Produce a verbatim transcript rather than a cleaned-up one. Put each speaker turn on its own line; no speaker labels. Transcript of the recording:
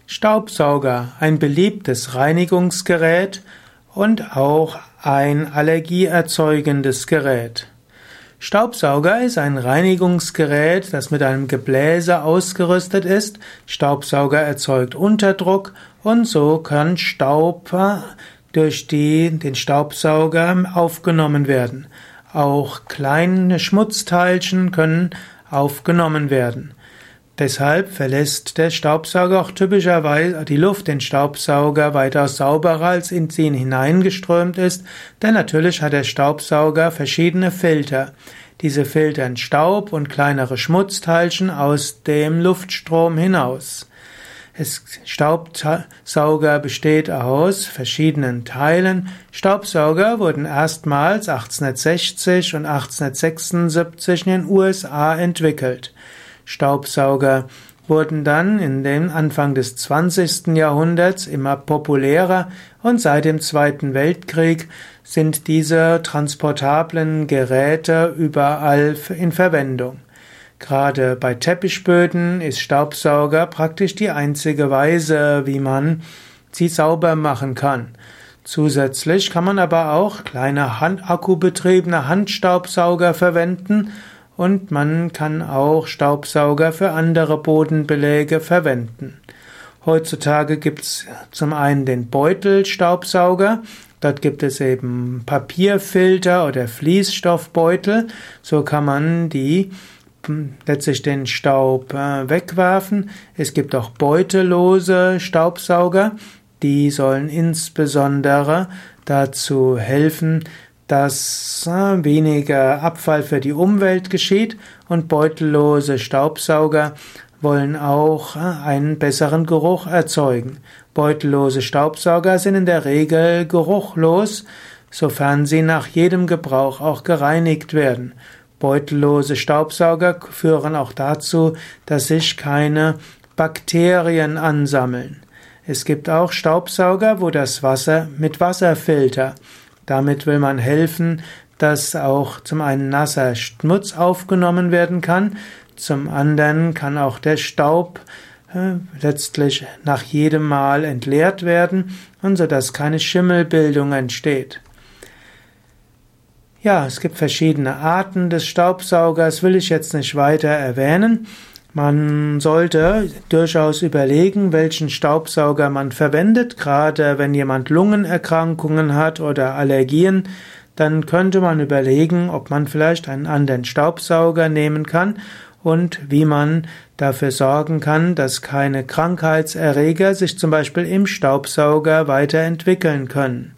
Staubsauger, ein beliebtes Reinigungsgerät und auch ein allergieerzeugendes Gerät. Staubsauger ist ein Reinigungsgerät, das mit einem Gebläse ausgerüstet ist. Staubsauger erzeugt Unterdruck und so kann Staub durch die, den Staubsauger aufgenommen werden. Auch kleine Schmutzteilchen können aufgenommen werden. Deshalb verlässt der Staubsauger auch typischerweise die Luft den Staubsauger weitaus sauberer, als in sie hineingeströmt ist, denn natürlich hat der Staubsauger verschiedene Filter. Diese filtern Staub und kleinere Schmutzteilchen aus dem Luftstrom hinaus. Der Staubsauger besteht aus verschiedenen Teilen. Staubsauger wurden erstmals achtzehnhundertsechzig und achtzehnhundertsechsundsiebzig in den U S A entwickelt. Staubsauger wurden dann in dem Anfang des zwanzigsten Jahrhunderts immer populärer und seit dem Zweiten Weltkrieg sind diese transportablen Geräte überall in Verwendung. Gerade bei Teppichböden ist Staubsauger praktisch die einzige Weise, wie man sie sauber machen kann. Zusätzlich kann man aber auch kleine Hand akkubetriebene Handstaubsauger verwenden und man kann auch Staubsauger für andere Bodenbeläge verwenden. Heutzutage gibt es zum einen den Beutelstaubsauger. Dort gibt es eben Papierfilter oder Fließstoffbeutel. So kann man die letztlich den Staub äh, wegwerfen. Es gibt auch beutellose Staubsauger. Die sollen insbesondere dazu helfen, dass äh, weniger Abfall für die Umwelt geschieht, und beutellose Staubsauger wollen auch äh, einen besseren Geruch erzeugen. Beutellose Staubsauger sind in der Regel geruchlos, sofern sie nach jedem Gebrauch auch gereinigt werden. Beutellose Staubsauger führen auch dazu, dass sich keine Bakterien ansammeln. Es gibt auch Staubsauger, wo das Wasser mit Wasserfilter. Damit will man helfen, dass auch zum einen nasser Schmutz aufgenommen werden kann, zum anderen kann auch der Staub äh, letztlich nach jedem Mal entleert werden, und so dass keine Schimmelbildung entsteht. Ja, es gibt verschiedene Arten des Staubsaugers, will ich jetzt nicht weiter erwähnen. Man sollte durchaus überlegen, welchen Staubsauger man verwendet. Gerade wenn jemand Lungenerkrankungen hat oder Allergien, dann könnte man überlegen, ob man vielleicht einen anderen Staubsauger nehmen kann und wie man dafür sorgen kann, dass keine Krankheitserreger sich zum Beispiel im Staubsauger weiterentwickeln können.